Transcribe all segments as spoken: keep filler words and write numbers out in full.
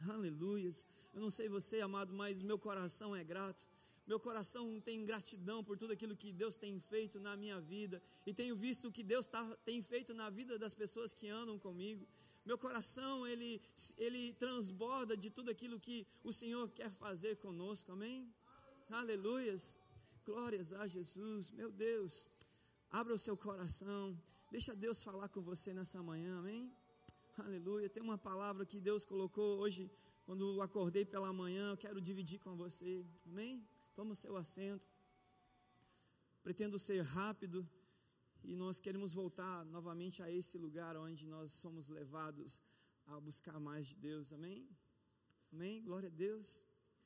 Aleluias. Eu não sei você, amado, mas meu coração é grato. Meu coração tem gratidão por tudo aquilo que Deus tem feito na minha vida, e tenho visto o que Deus tá, tem feito na vida das pessoas que andam comigo. Meu coração, ele, ele transborda de tudo aquilo que o Senhor quer fazer conosco, amém? Aleluias, glórias a Jesus. Meu Deus, abra o seu coração, deixa Deus falar com você nessa manhã, amém? Aleluia. Tem uma palavra que Deus colocou hoje, quando eu acordei pela manhã, eu quero dividir com você, amém? Toma o seu assento. Pretendo ser rápido, e nós queremos voltar novamente a esse lugar onde nós somos levados a buscar mais de Deus, amém? Amém? Glória a Deus.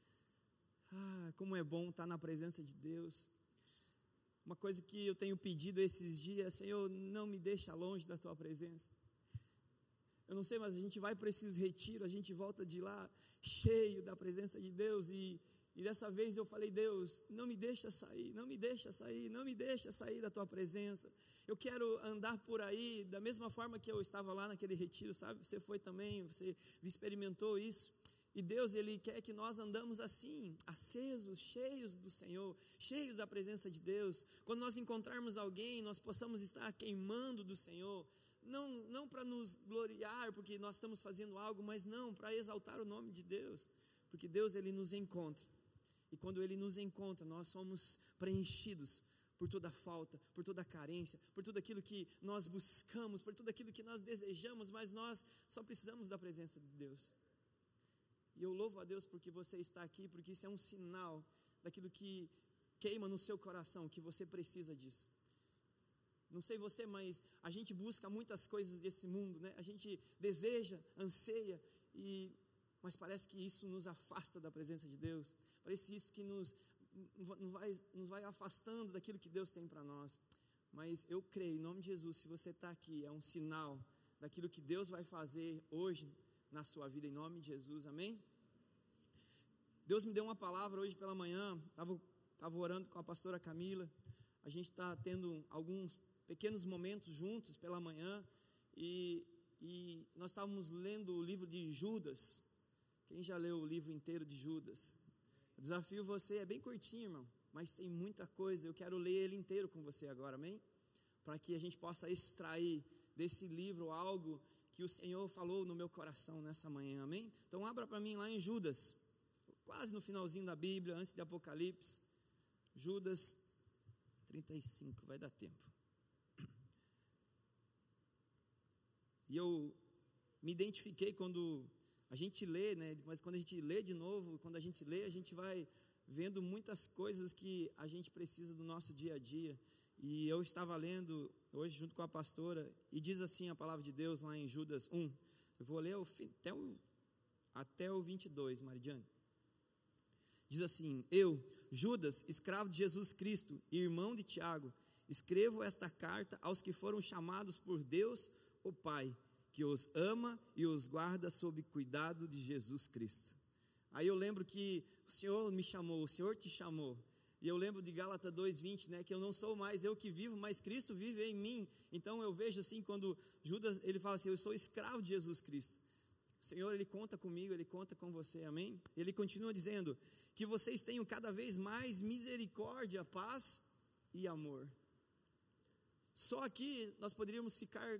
Ah, como é bom estar na presença de Deus. Uma coisa que eu tenho pedido esses dias: Senhor, não me deixa longe da Tua presença. Eu não sei, mas a gente vai para esses retiros, a gente volta de lá cheio da presença de Deus, e E dessa vez eu falei: Deus, não me deixa sair, não me deixa sair, não me deixa sair da Tua presença. Eu quero andar por aí da mesma forma que eu estava lá naquele retiro, sabe? Você foi também, você experimentou isso. E Deus, Ele quer que nós andamos assim, acesos, cheios do Senhor, cheios da presença de Deus. Quando nós encontrarmos alguém, nós possamos estar queimando do Senhor. Não, não para nos gloriar, porque nós estamos fazendo algo, mas não, para exaltar o nome de Deus. Porque Deus, Ele nos encontra. E quando Ele nos encontra, nós somos preenchidos por toda falta, por toda carência, por tudo aquilo que nós buscamos, por tudo aquilo que nós desejamos, mas nós só precisamos da presença de Deus. E eu louvo a Deus porque você está aqui, porque isso é um sinal daquilo que queima no seu coração, que você precisa disso. Não sei você, mas a gente busca muitas coisas desse mundo, né? A gente deseja, anseia, e... mas parece que isso nos afasta da presença de Deus. Parece isso que nos, nos, vai, nos vai afastando daquilo que Deus tem para nós. Mas eu creio, em nome de Jesus, se você está aqui, é um sinal daquilo que Deus vai fazer hoje na sua vida, em nome de Jesus, amém? Deus me deu uma palavra hoje pela manhã, estava, estava orando com a pastora Camila. A gente está tendo alguns pequenos momentos juntos pela manhã, e, e nós estávamos lendo o livro de Judas. Quem já leu o livro inteiro de Judas? Eu desafio você, é bem curtinho, irmão, mas tem muita coisa. Eu quero ler ele inteiro com você agora, amém? Para que a gente possa extrair desse livro algo que o Senhor falou no meu coração nessa manhã, amém? Então abra para mim lá em Judas, quase no finalzinho da Bíblia, antes de Apocalipse. Judas trinta e cinco, vai dar tempo. E eu me identifiquei quando a gente lê, né? Mas quando a gente lê de novo, quando a gente lê, a gente vai vendo muitas coisas que a gente precisa do nosso dia a dia. E eu estava lendo hoje junto com a pastora, e diz assim a palavra de Deus lá em Judas um. Eu vou ler até o, até o vinte e dois, Maridiane. Diz assim: eu, Judas, escravo de Jesus Cristo e irmão de Tiago, escrevo esta carta aos que foram chamados por Deus, o Pai, que os ama e os guarda sob cuidado de Jesus Cristo. Aí eu lembro que o Senhor me chamou, o Senhor te chamou. E eu lembro de Gálatas dois, vinte, né, que eu não sou mais eu que vivo, mas Cristo vive em mim. Então eu vejo assim, quando Judas, ele fala assim: eu sou escravo de Jesus Cristo. O Senhor, Ele conta comigo, Ele conta com você, amém? Ele continua dizendo: que vocês tenham cada vez mais misericórdia, paz e amor. Só aqui nós poderíamos ficar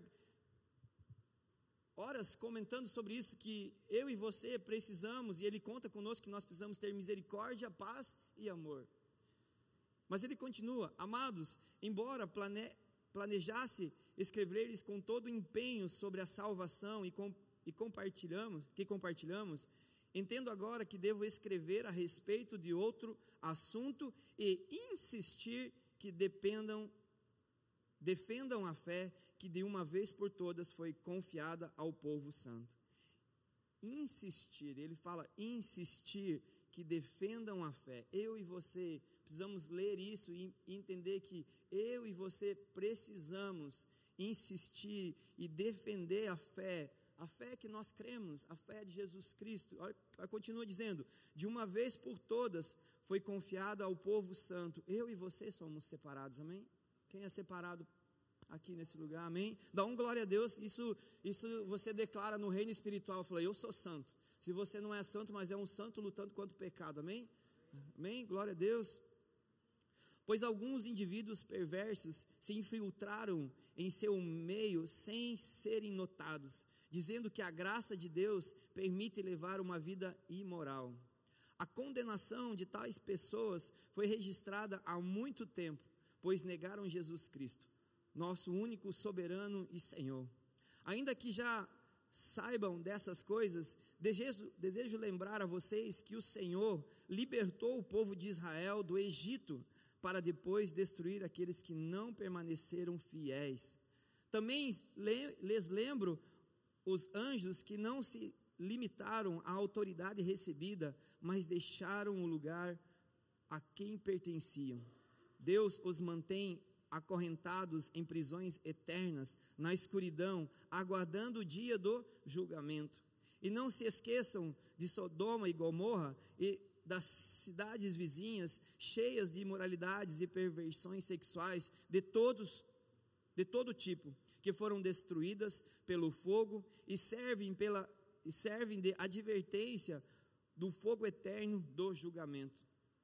horas comentando sobre isso, que eu e você precisamos, e Ele conta conosco que nós precisamos ter misericórdia, paz e amor. Mas Ele continua: amados, embora plane, planejasse escrever-lhes com todo empenho sobre a salvação e, com, e compartilhamos, que compartilhamos, entendo agora que devo escrever a respeito de outro assunto e insistir que dependam defendam a fé que de uma vez por todas foi confiada ao povo santo. Insistir, ele fala insistir, que defendam a fé. Eu e você precisamos ler isso e entender que eu e você precisamos insistir e defender a fé, a fé que nós cremos, a fé de Jesus Cristo. Olha, continua dizendo: de uma vez por todas foi confiada ao povo santo. Eu e você somos separados, amém? Quem é separado aqui nesse lugar, amém? Dá um glória a Deus, isso, isso você declara no reino espiritual, fala, eu sou santo. Se você não é santo, mas é um santo lutando contra o pecado, amém? Amém? Glória a Deus. Pois alguns indivíduos perversos se infiltraram em seu meio sem serem notados, dizendo que a graça de Deus permite levar uma vida imoral. A condenação de tais pessoas foi registrada há muito tempo, pois negaram Jesus Cristo, nosso único soberano e Senhor. Ainda que já saibam dessas coisas, desejo, desejo lembrar a vocês que o Senhor libertou o povo de Israel do Egito, para depois destruir aqueles que não permaneceram fiéis. Também lhes lembro os anjos que não se limitaram à autoridade recebida, mas deixaram o lugar a quem pertenciam. Deus os mantém acorrentados em prisões eternas, na escuridão, aguardando o dia do julgamento. E não se esqueçam de Sodoma e Gomorra e das cidades vizinhas, cheias de imoralidades e perversões sexuais de todos, de todo tipo, que foram destruídas pelo fogo e servem, pela, e servem de advertência do fogo eterno do julgamento.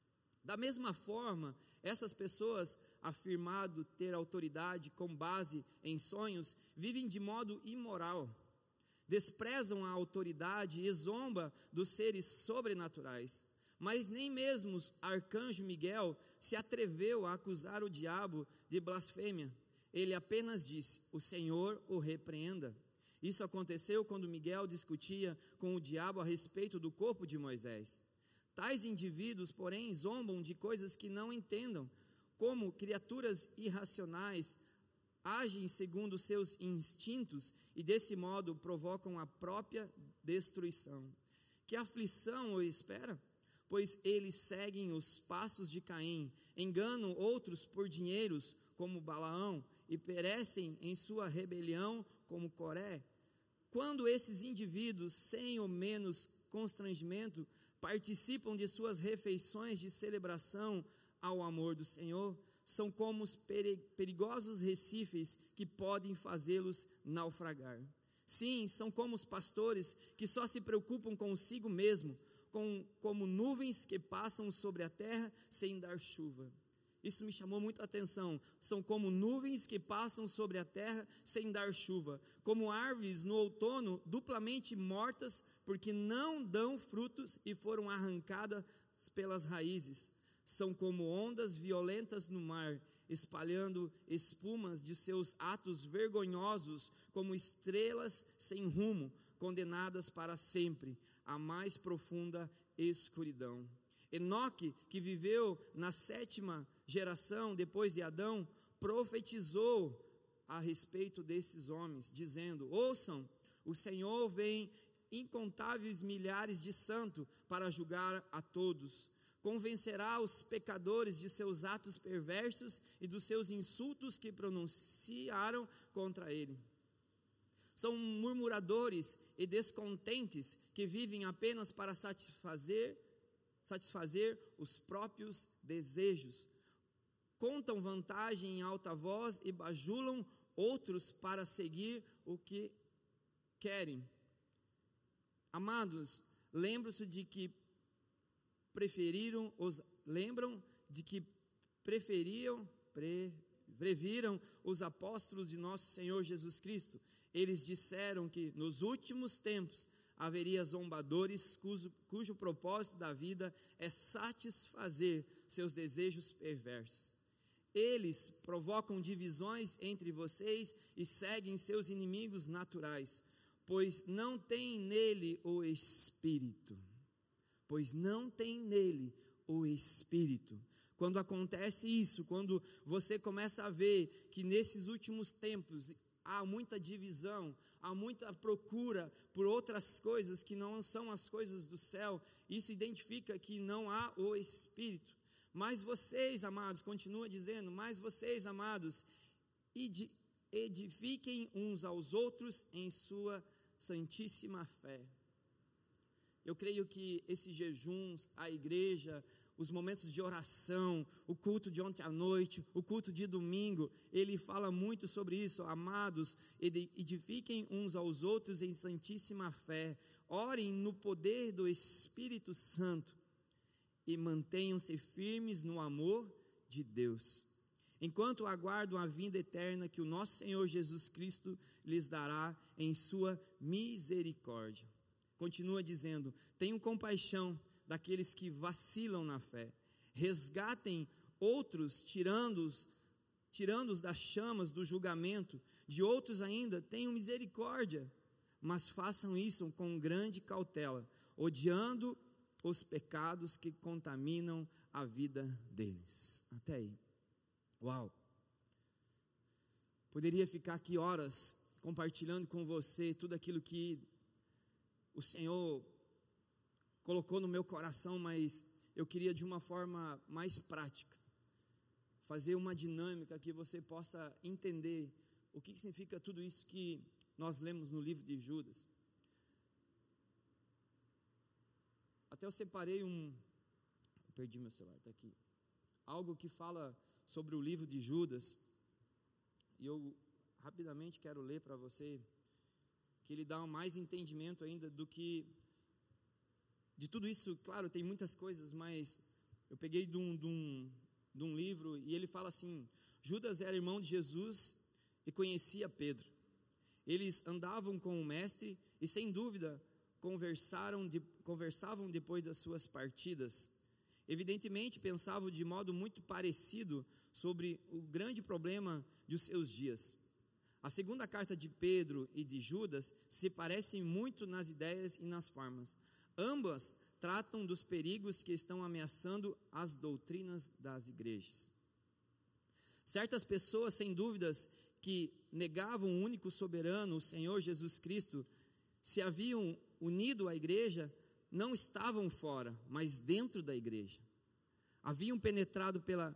Da mesma forma, essas pessoas, afirmado ter autoridade com base em sonhos, vivem de modo imoral, desprezam a autoridade e zomba dos seres sobrenaturais. Mas nem mesmo o arcanjo Miguel se atreveu a acusar o diabo de blasfêmia. Ele apenas disse, o Senhor o repreenda. Isso aconteceu quando Miguel discutia com o diabo a respeito do corpo de Moisés. Tais indivíduos, porém, zombam de coisas que não entendam, como criaturas irracionais, agem segundo seus instintos e desse modo provocam a própria destruição. Que aflição o espera? Pois eles seguem os passos de Caim, enganam outros por dinheiros, como Balaão, e perecem em sua rebelião, como Coré. Quando esses indivíduos, sem ou menos constrangimento, participam de suas refeições de celebração ao amor do Senhor, são como os perigosos recifes que podem fazê-los naufragar. Sim, são como os pastores que só se preocupam consigo mesmo, com, como nuvens que passam sobre a terra sem dar chuva. Isso me chamou muito a atenção. São como nuvens que passam sobre a terra sem dar chuva, como árvores no outono duplamente mortas, porque não dão frutos e foram arrancadas pelas raízes. São como ondas violentas no mar, espalhando espumas de seus atos vergonhosos, como estrelas sem rumo, condenadas para sempre a mais profunda escuridão. Enoque, que viveu na sétima geração depois de Adão, profetizou a respeito desses homens, dizendo, ouçam, o Senhor vem incontáveis milhares de santos para julgar a todos, convencerá os pecadores de seus atos perversos e dos seus insultos que pronunciaram contra ele. São murmuradores e descontentes que vivem apenas para satisfazer, satisfazer os próprios desejos. Contam vantagem em alta voz e bajulam outros para seguir o que querem. Amados, lembram-se de que preferiram os lembram de que preferiam pre, previram os apóstolos de nosso Senhor Jesus Cristo. Eles disseram que nos últimos tempos haveria zombadores cujo, cujo propósito da vida é satisfazer seus desejos perversos. Eles provocam divisões entre vocês e seguem seus inimigos naturais, pois não tem nele o Espírito. Pois não tem nele o Espírito. Quando acontece isso, quando você começa a ver que nesses últimos tempos há muita divisão, há muita procura por outras coisas que não são as coisas do céu, isso identifica que não há o Espírito. Mas vocês, amados, continua dizendo, mas vocês, amados, edifiquem uns aos outros em sua santíssima fé. Eu creio que esses jejuns, a igreja, os momentos de oração, o culto de ontem à noite, o culto de domingo, ele fala muito sobre isso. Amados, edifiquem uns aos outros em santíssima fé, orem no poder do Espírito Santo e mantenham-se firmes no amor de Deus, enquanto aguardam a vinda eterna que o nosso Senhor Jesus Cristo lhes dará em sua misericórdia. Continua dizendo: tenham compaixão daqueles que vacilam na fé, resgatem outros, tirando-os tirando-os das chamas do julgamento, de outros ainda tenham misericórdia, mas façam isso com grande cautela, odiando os pecados que contaminam a vida deles. Até aí. Uau! Poderia ficar aqui horas compartilhando com você tudo aquilo que o Senhor colocou no meu coração, mas eu queria de uma forma mais prática, fazer uma dinâmica que você possa entender o que significa tudo isso que nós lemos no livro de Judas. Até eu separei um, eu perdi meu celular, está aqui, algo que fala sobre o livro de Judas, e eu rapidamente quero ler para você, que ele dá mais entendimento ainda do que, de tudo isso. Claro, tem muitas coisas, mas eu peguei de um, de um, de um livro, e ele fala assim: Judas era irmão de Jesus e conhecia Pedro, eles andavam com o mestre e sem dúvida conversaram de, conversavam depois das suas partidas, evidentemente pensavam de modo muito parecido sobre o grande problema de seus dias. A segunda carta de Pedro e de Judas se parecem muito nas ideias e nas formas. Ambas tratam dos perigos que estão ameaçando as doutrinas das igrejas. Certas pessoas, sem dúvidas, que negavam o único soberano, o Senhor Jesus Cristo, se haviam unido à igreja, não estavam fora, mas dentro da igreja. Haviam penetrado pela,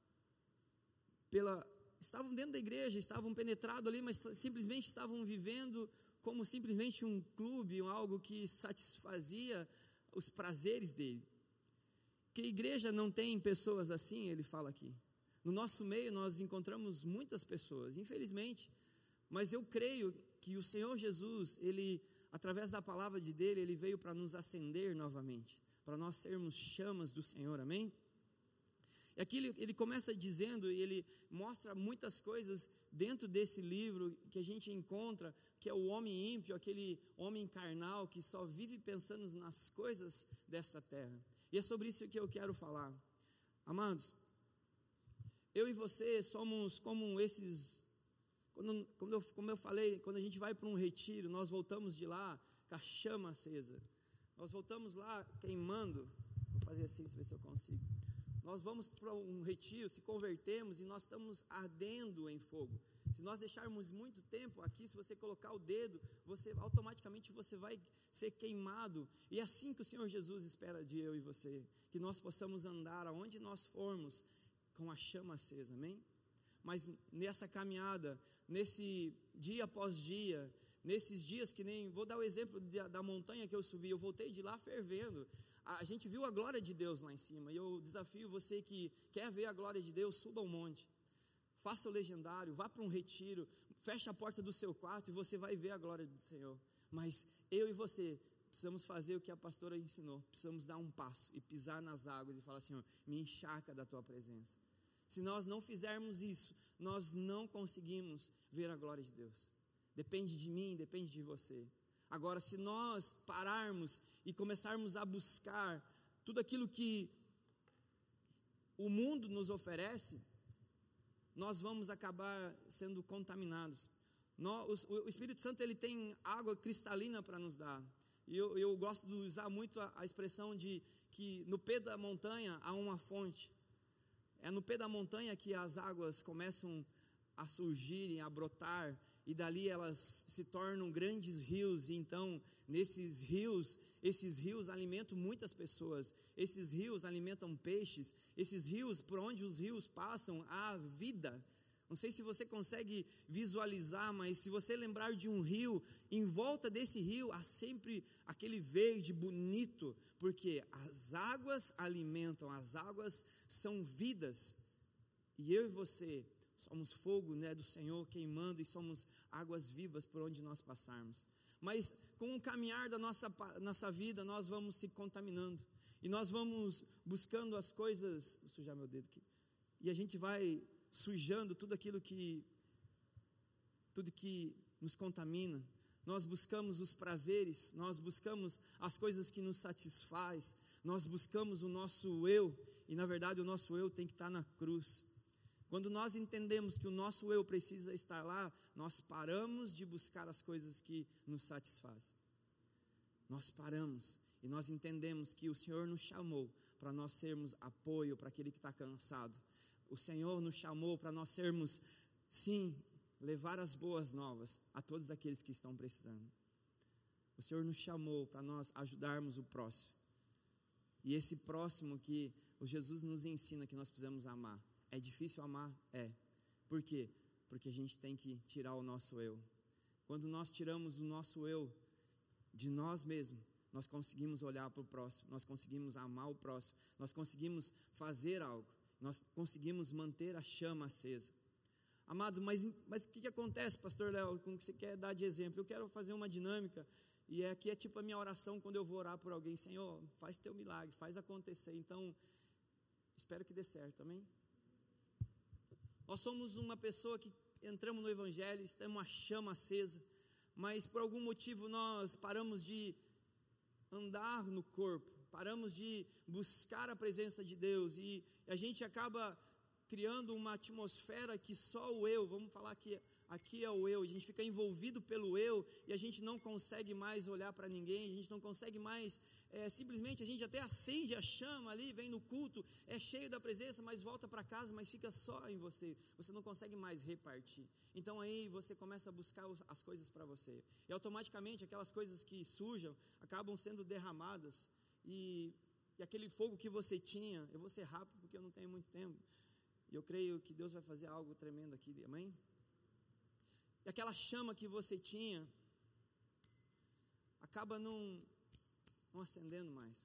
pela, estavam dentro da igreja, estavam penetrados ali, mas simplesmente estavam vivendo como simplesmente um clube, algo que satisfazia os prazeres dele. Que igreja não tem pessoas assim, ele fala aqui. No nosso meio nós encontramos muitas pessoas, infelizmente, mas eu creio que o Senhor Jesus, ele, através da palavra de dele, ele veio para nos acender novamente, para nós sermos chamas do Senhor, amém? E aqui ele, ele começa dizendo, e ele mostra muitas coisas dentro desse livro que a gente encontra, que é o homem ímpio, aquele homem carnal que só vive pensando nas coisas dessa terra. E é sobre isso que eu quero falar. Amados, eu e você somos como esses, quando, como, eu, como eu falei, quando a gente vai para um retiro, nós voltamos de lá com a chama acesa, nós voltamos lá queimando, vou fazer assim, ver se eu consigo, nós vamos para um retiro, se convertemos e nós estamos ardendo em fogo. Se nós deixarmos muito tempo aqui, se você colocar o dedo, você automaticamente você vai ser queimado. E é assim que o Senhor Jesus espera de eu e você, que nós possamos andar aonde nós formos com a chama acesa, amém? Mas nessa caminhada, nesse dia após dia, nesses dias que nem, vou dar o exemplo da, da montanha que eu subi, eu voltei de lá fervendo. A gente viu a glória de Deus lá em cima, e eu desafio você que quer ver a glória de Deus, suba ao monte, faça o legendário, vá para um retiro, feche a porta do seu quarto e você vai ver a glória do Senhor. Mas eu e você precisamos fazer o que a pastora ensinou, precisamos dar um passo e pisar nas águas e falar: Senhor, me encharca da tua presença. Se nós não fizermos isso, nós não conseguimos ver a glória de Deus. Depende de mim, depende de você. Agora, se nós pararmos e começarmos a buscar tudo aquilo que o mundo nos oferece, nós vamos acabar sendo contaminados. Nós, o Espírito Santo, ele tem água cristalina para nos dar. E eu, eu gosto de usar muito a, a expressão de que no pé da montanha há uma fonte. É no pé da montanha que as águas começam a surgirem, a brotar, e dali elas se tornam grandes rios. E então, nesses rios, esses rios alimentam muitas pessoas, esses rios alimentam peixes, esses rios, por onde os rios passam, há vida. Não sei se você consegue visualizar, mas se você lembrar de um rio, em volta desse rio há sempre aquele verde bonito, porque as águas alimentam, as águas são vidas, e eu e você somos fogo, né, do Senhor queimando, e somos águas vivas por onde nós passarmos. Mas com o caminhar da nossa, nossa vida, nós vamos se contaminando, e nós vamos buscando as coisas, vou sujar meu dedo aqui, e a gente vai sujando tudo aquilo que, tudo que nos contamina. Nós buscamos os prazeres, nós buscamos as coisas que nos satisfaz, nós buscamos o nosso eu, e na verdade o nosso eu tem que estar na cruz. Quando nós entendemos que o nosso eu precisa estar lá, nós paramos de buscar as coisas que nos satisfazem. Nós paramos e nós entendemos que o Senhor nos chamou para nós sermos apoio para aquele que está cansado. O Senhor nos chamou para nós sermos, sim, levar as boas novas a todos aqueles que estão precisando. O Senhor nos chamou para nós ajudarmos o próximo. E esse próximo que o Jesus nos ensina que nós precisamos amar. É difícil amar? É. Por quê? Porque a gente tem que tirar o nosso eu. Quando nós tiramos o nosso eu de nós mesmos, nós conseguimos olhar para o próximo, nós conseguimos amar o próximo, nós conseguimos fazer algo. Nós conseguimos manter a chama acesa. Amados, mas, mas o que, que acontece, pastor Léo, com o que você quer dar de exemplo? Eu quero fazer uma dinâmica, e aqui é tipo a minha oração quando eu vou orar por alguém. Senhor, faz teu milagre, faz acontecer. Então, espero que dê certo, amém? Nós somos uma pessoa que entramos no Evangelho, temos uma chama acesa, mas por algum motivo nós paramos de andar no corpo, paramos de buscar a presença de Deus, e a gente acaba criando uma atmosfera que só o eu, vamos falar que aqui é o eu, a gente fica envolvido pelo eu, e a gente não consegue mais olhar para ninguém, a gente não consegue mais, é, simplesmente a gente até acende a chama ali, vem no culto, é cheio da presença, mas volta para casa, mas fica só em você, você não consegue mais repartir. Então aí você começa a buscar as coisas para você, e automaticamente aquelas coisas que sujam, acabam sendo derramadas, e, e aquele fogo que você tinha, eu vou ser rápido porque eu não tenho muito tempo, e eu creio que Deus vai fazer algo tremendo aqui, amém? E aquela chama que você tinha, acaba não, não acendendo mais.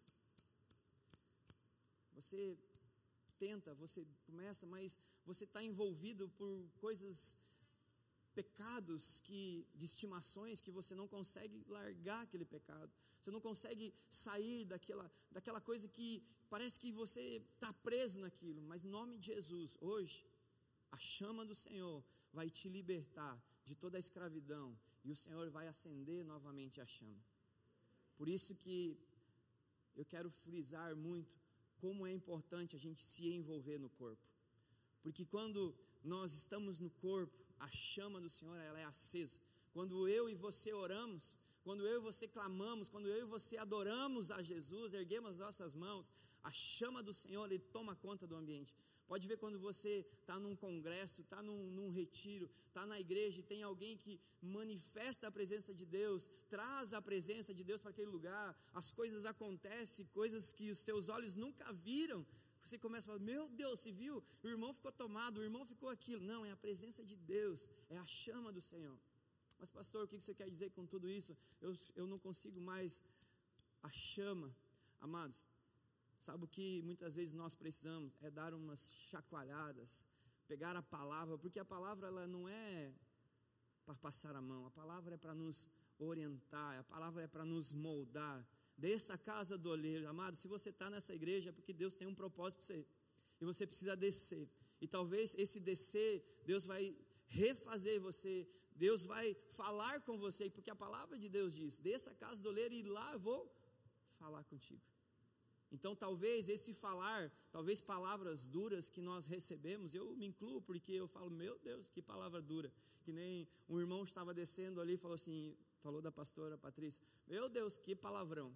Você tenta, você começa, mas você está envolvido por coisas, pecados que, de estimações, que você não consegue largar aquele pecado. Você não consegue sair daquela, daquela coisa que parece que você está preso naquilo. Mas em nome de Jesus, hoje, a chama do Senhor vai te libertar de toda a escravidão, e o Senhor vai acender novamente a chama. Por isso que eu quero frisar muito como é importante a gente se envolver no corpo, porque quando nós estamos no corpo, a chama do Senhor, ela é acesa. Quando eu e você oramos, quando eu e você clamamos, quando eu e você adoramos a Jesus, erguemos as nossas mãos, a chama do Senhor, Ele toma conta do ambiente. Pode ver quando você está num congresso, está num, num retiro, está na igreja e tem alguém que manifesta a presença de Deus, traz a presença de Deus para aquele lugar, as coisas acontecem, coisas que os seus olhos nunca viram. Você começa a falar, meu Deus, você viu? O irmão ficou tomado, o irmão ficou aquilo. Não, é a presença de Deus, é a chama do Senhor. Mas pastor, o que você quer dizer com tudo isso? Eu, eu não consigo mais a chama. Amados, sabe o que muitas vezes nós precisamos? É dar umas chacoalhadas, pegar a palavra, porque a palavra ela não é para passar a mão, a palavra é para nos orientar, a palavra é para nos moldar. Desça a casa do oleiro. Amado, se você está nessa igreja é porque Deus tem um propósito para você, e você precisa descer, e talvez esse descer, Deus vai refazer você, Deus vai falar com você, porque a palavra de Deus diz, desça a casa do oleiro e lá eu vou falar contigo. Então talvez esse falar, talvez palavras duras que nós recebemos, eu me incluo porque eu falo, meu Deus, que palavra dura, que nem um irmão estava descendo ali e falou assim, falou da pastora Patrícia, meu Deus, que palavrão.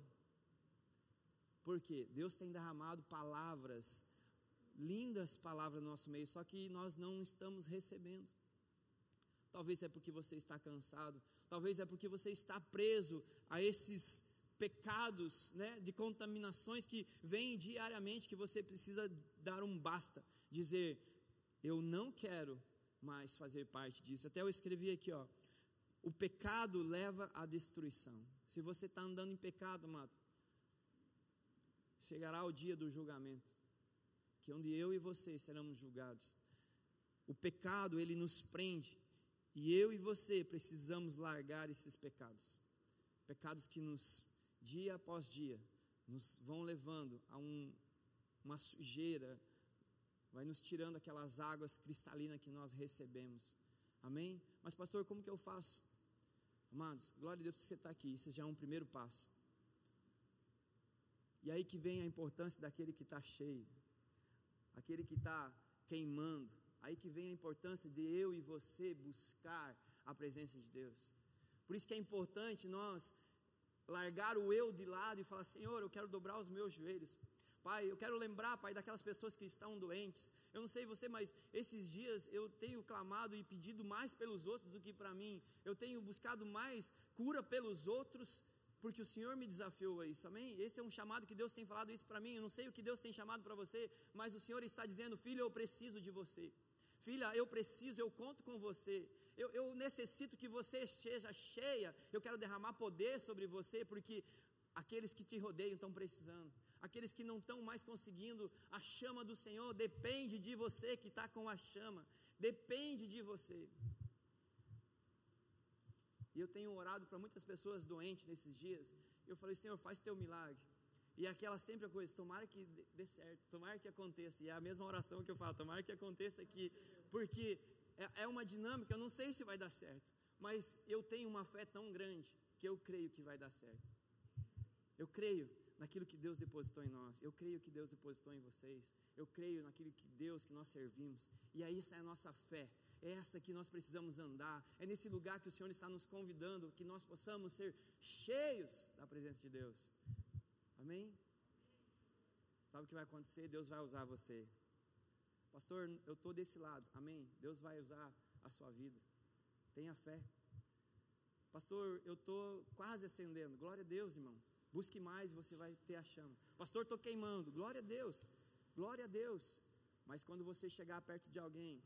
Porque Deus tem derramado palavras, lindas palavras no nosso meio, só que nós não estamos recebendo. Talvez é porque você está cansado, talvez é porque você está preso a esses pecados, né, de contaminações que vêm diariamente, que você precisa dar um basta, dizer, eu não quero mais fazer parte disso. Até eu escrevi aqui, ó, o pecado leva à destruição. Se você está andando em pecado, amado, chegará o dia do julgamento, que onde eu e você seremos julgados. O pecado, ele nos prende, e eu e você precisamos largar esses pecados, pecados que nos, dia após dia, nos vão levando a um, uma sujeira, vai nos tirando aquelas águas cristalinas que nós recebemos, amém? Mas pastor, como que eu faço? Amados, glória a Deus que você está aqui, isso já é um primeiro passo. E aí que vem a importância daquele que está cheio, aquele que está queimando, aí que vem a importância de eu e você buscar a presença de Deus. Por isso que é importante nós largar o eu de lado e falar, Senhor, eu quero dobrar os meus joelhos. Pai, eu quero lembrar, Pai, daquelas pessoas que estão doentes. Eu não sei você, mas esses dias eu tenho clamado e pedido mais pelos outros do que para mim. Eu tenho buscado mais cura pelos outros, porque o Senhor me desafiou a isso, amém? Esse é um chamado que Deus tem falado isso para mim. Eu não sei o que Deus tem chamado para você, mas o Senhor está dizendo, filho, eu preciso de você. Filha, eu preciso, eu conto com você. Eu, eu necessito que você seja cheia. Eu quero derramar poder sobre você, porque aqueles que te rodeiam estão precisando. Aqueles que não estão mais conseguindo a chama do Senhor, depende de você que está com a chama, depende de você. E eu tenho orado para muitas pessoas doentes nesses dias. Eu falei, Senhor, faz teu milagre. E aquela sempre a coisa, tomara que dê certo, tomara que aconteça. E é a mesma oração que eu falo, tomara que aconteça aqui, porque é, é uma dinâmica, eu não sei se vai dar certo, mas eu tenho uma fé tão grande que eu creio que vai dar certo. Eu creio naquilo que Deus depositou em nós, eu creio que Deus depositou em vocês, eu creio naquilo que Deus, que nós servimos, e aí essa é a nossa fé, é essa que nós precisamos andar, é nesse lugar que o Senhor está nos convidando, que nós possamos ser cheios da presença de Deus, amém? Sabe o que vai acontecer? Deus vai usar você. Pastor, eu estou desse lado, amém? Deus vai usar a sua vida, tenha fé. Pastor, eu estou quase acendendo, glória a Deus, irmão. Busque mais e você vai ter a chama. Pastor, estou queimando, glória a Deus, glória a Deus. Mas quando você chegar perto de alguém,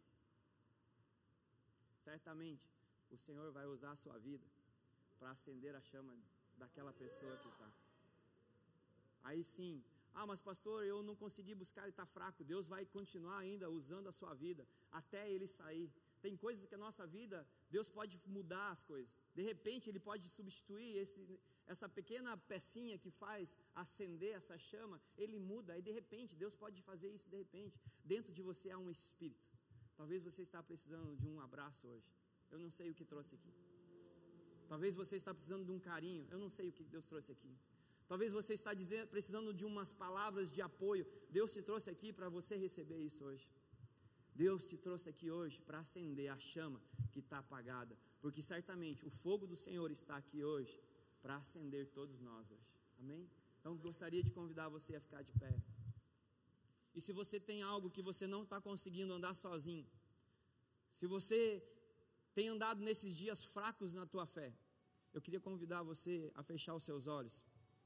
certamente o Senhor vai usar a sua vida para acender a chama daquela pessoa que está. Aí sim, ah, mas pastor, eu não consegui buscar, ele está fraco. Deus vai continuar ainda usando a sua vida até ele sair. Tem coisas que a nossa vida, Deus pode mudar as coisas. De repente Ele pode substituir esse, essa pequena pecinha que faz acender essa chama, Ele muda, e de repente, Deus pode fazer isso de repente. Dentro de você há um Espírito. Talvez você está precisando de um abraço hoje. Eu não sei o que trouxe aqui. Talvez você está precisando de um carinho. Eu não sei o que Deus trouxe aqui. Talvez você está dizendo, precisando de umas palavras de apoio. Deus te trouxe aqui para você receber isso hoje. Deus te trouxe aqui hoje para acender a chama que está apagada, porque certamente o fogo do Senhor está aqui hoje para acender todos nós hoje, amém? Então gostaria de convidar você a ficar de pé. E se você tem algo que você não está conseguindo andar sozinho, se você tem andado nesses dias fracos na tua fé, eu queria convidar você a fechar os seus olhos.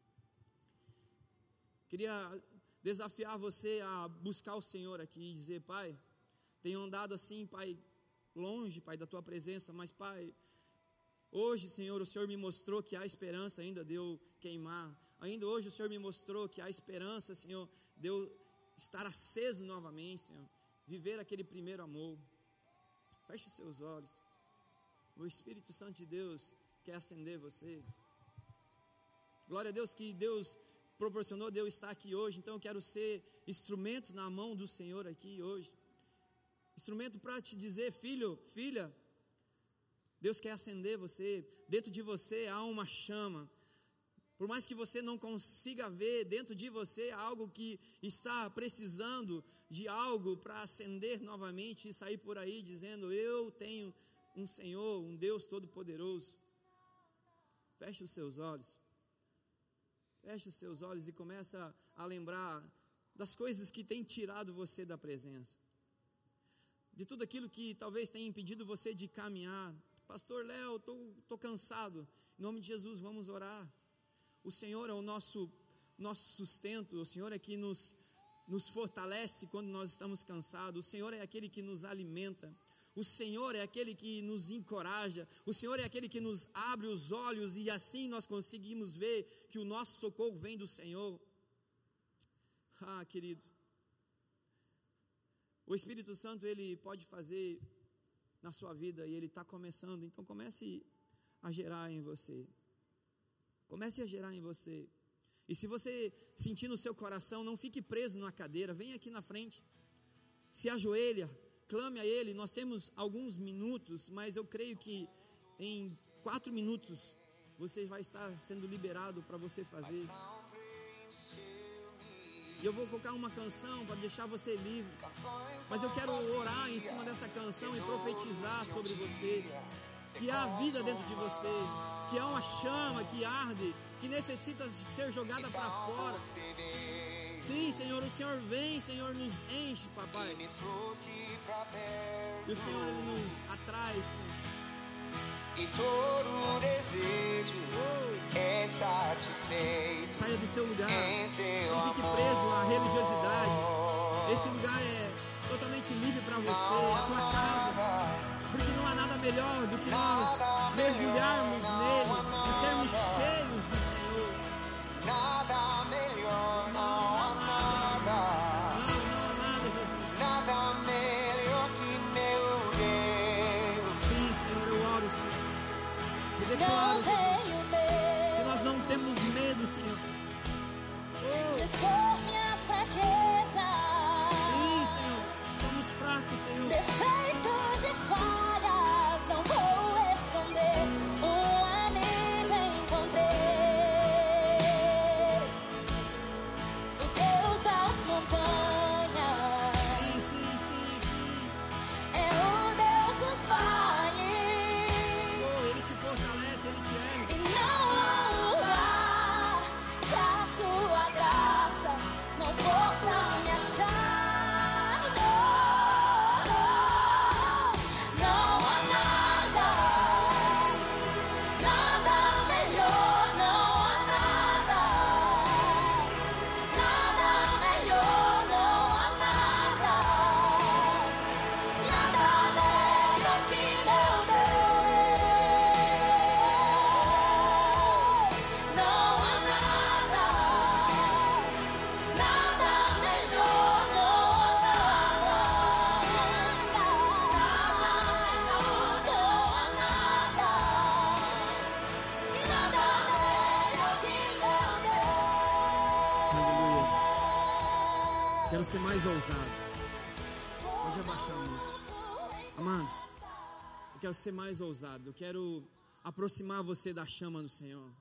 Queria desafiar você a buscar o Senhor aqui e dizer, Pai, tenho andado assim, Pai, longe, Pai, da Tua presença, mas, Pai, hoje, Senhor, o Senhor me mostrou que há esperança ainda de eu queimar, ainda hoje o Senhor me mostrou que há esperança, Senhor, de eu estar aceso novamente, Senhor, viver aquele primeiro amor. Feche os seus olhos, o Espírito Santo de Deus quer acender você. Glória a Deus que Deus proporcionou de eu estar aqui hoje, então eu quero ser instrumento na mão do Senhor aqui hoje. Instrumento para te dizer, filho, filha, Deus quer acender você, dentro de você há uma chama, por mais que você não consiga ver, dentro de você há algo que está precisando de algo para acender novamente e sair por aí dizendo, eu tenho um Senhor, um Deus todo-poderoso. Feche os seus olhos, feche os seus olhos e começa a lembrar das coisas que têm tirado você da presença, de tudo aquilo que talvez tenha impedido você de caminhar. Pastor Léo, estou tô, tô cansado. Em nome de Jesus, vamos orar. O Senhor é o nosso, nosso sustento. O Senhor é que nos, nos fortalece quando nós estamos cansados. O Senhor é aquele que nos alimenta. O Senhor é aquele que nos encoraja, o Senhor é aquele que nos abre os olhos e assim nós conseguimos ver que o nosso socorro vem do Senhor. Ah, querido, o Espírito Santo, ele pode fazer na sua vida e ele está começando, então comece a gerar em você, comece a gerar em você. E se você sentir no seu coração, não fique preso na cadeira, vem aqui na frente, se ajoelha, clame a Ele. Nós temos alguns minutos, mas eu creio que em quatro minutos você vai estar sendo liberado para você fazer. E eu vou colocar uma canção para deixar você livre, mas eu quero orar em cima dessa canção e profetizar sobre você, que há vida dentro de você, que há uma chama que arde, que necessita ser jogada para fora. Sim, Senhor, o Senhor vem, Senhor, nos enche, papai. E o Senhor, Ele nos atrai, Senhor. E todo desejo oh. é satisfeito. Saia do seu lugar, não fique preso à religiosidade. Esse lugar é totalmente livre para você, a tua casa. Porque não há nada melhor do que nós mergulharmos nele e sermos cheios do Senhor. Nada melhor, não há nada. Não, não há nada, Jesus. Nada melhor que meu Deus. Sim, Senhor, eu oro, Senhor. Eu declaro, Jesus, que nós não temos medo, Senhor. Oh. Dispor minhas fraquezas. Sim, Senhor, somos fracos, Senhor. Defeitos e falhas, não vou esconder. Um amigo encontrei. O Deus das montanhas. Sim, sim, sim, sim. É o Deus dos vales. Oh, Ele te fortalece, Ele te ergue. E não há lugar que a sua graça não possa me achar. Quero ser mais ousado. Pode abaixar a música. Amados, eu quero ser mais ousado. Eu quero aproximar você da chama do Senhor.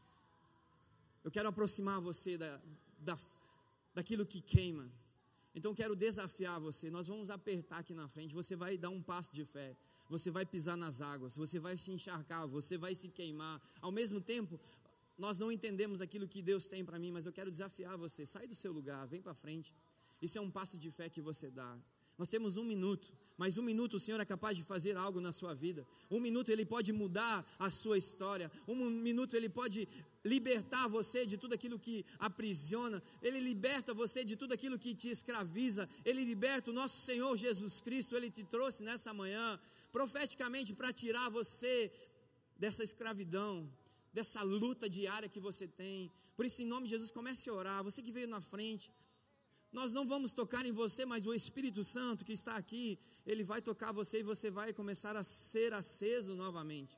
Eu quero aproximar você da, da, daquilo que queima. Então quero desafiar você. Nós vamos apertar aqui na frente. Você vai dar um passo de fé. Você vai pisar nas águas. Você vai se encharcar. Você vai se queimar. Ao mesmo tempo, nós não entendemos aquilo que Deus tem para mim, mas eu quero desafiar você. Sai do seu lugar, vem para frente. Isso é um passo de fé que você dá. Nós temos um minuto, mas um minuto o Senhor é capaz de fazer algo na sua vida. Um minuto Ele pode mudar a sua história. Um minuto Ele pode libertar você de tudo aquilo que aprisiona. Ele liberta você de tudo aquilo que te escraviza. Ele liberta o nosso Senhor Jesus Cristo. Ele te trouxe nessa manhã, profeticamente, para tirar você dessa escravidão, dessa luta diária que você tem. Por isso, em nome de Jesus, comece a orar. Você que veio na frente, nós não vamos tocar em você, mas o Espírito Santo que está aqui, Ele vai tocar você e você vai começar a ser aceso novamente.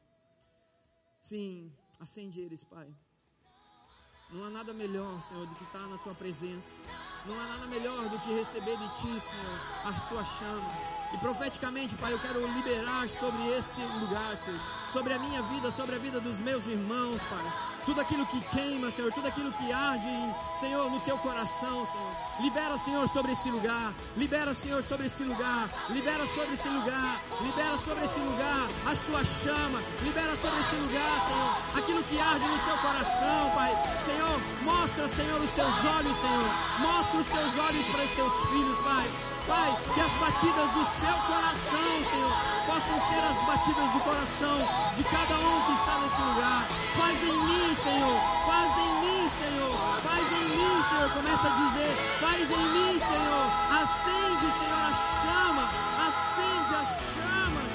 Sim, acende eles, Pai. Não há nada melhor, Senhor, do que estar na Tua presença. Não há nada melhor do que receber de Ti, Senhor, a Sua chama. E profeticamente, Pai, eu quero liberar sobre esse lugar, Senhor, sobre a minha vida, sobre a vida dos meus irmãos, Pai. Tudo aquilo que queima, Senhor, tudo aquilo que arde, Senhor, no Teu coração, Senhor. Libera, Senhor, sobre esse lugar. Libera, Senhor, sobre esse lugar. Libera sobre esse lugar. Libera sobre esse lugar a Sua chama. Libera sobre esse lugar, Senhor, aquilo que arde no seu coração, Pai. Senhor, mostra, Senhor, os Teus olhos, Senhor. Mostra os Teus olhos para os Teus filhos, Pai. Pai, que as batidas do seu coração, Senhor, possam ser as batidas do coração de cada um que está nesse lugar. Faz em mim, Senhor, faz em mim, Senhor, faz em mim, Senhor. Começa a dizer, faz em mim, Senhor. Acende, Senhor, a chama, acende a chama.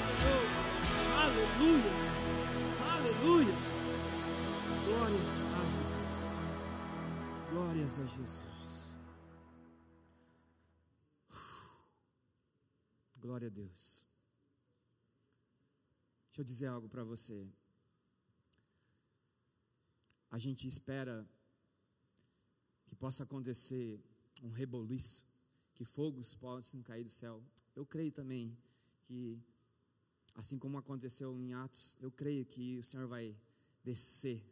Glórias a Jesus. Glória a Deus. Deixa eu dizer algo para você. A gente espera que possa acontecer um reboliço, que fogos possam cair do céu. Eu creio também que, assim como aconteceu em Atos, eu creio que o Senhor vai descer.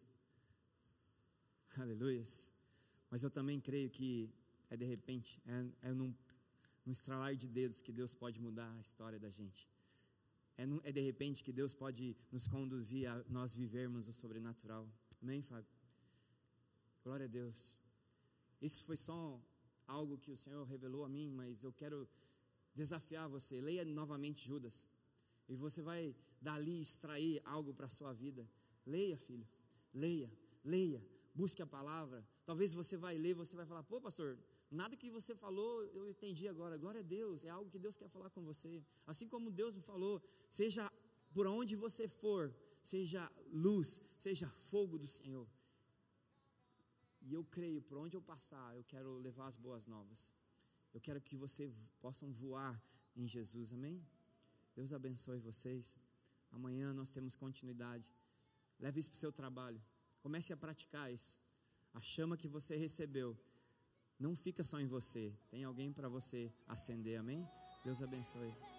Aleluias. Mas eu também creio que é de repente, é, é num, num estralar de dedos que Deus pode mudar a história da gente. É, num, é de repente que Deus pode nos conduzir a nós vivermos o sobrenatural. Amém, Fábio? Glória a Deus. Isso foi só algo que o Senhor revelou a mim, mas eu quero desafiar você. Leia novamente Judas, e você vai dali extrair algo para a sua vida. Leia, filho, leia, leia, busque a palavra. Talvez você vai ler, você vai falar: pô, pastor, nada que você falou eu entendi agora. Glória a Deus, é algo que Deus quer falar com você. Assim como Deus me falou, seja por onde você for, seja luz, seja fogo do Senhor. E eu creio, por onde eu passar, eu quero levar as boas novas. Eu quero que vocês possam voar em Jesus, amém? Deus abençoe vocês. Amanhã nós temos continuidade. Leve isso para o seu trabalho. Comece a praticar isso. A chama que você recebeu não fica só em você. Tem alguém para você acender, amém? Deus abençoe.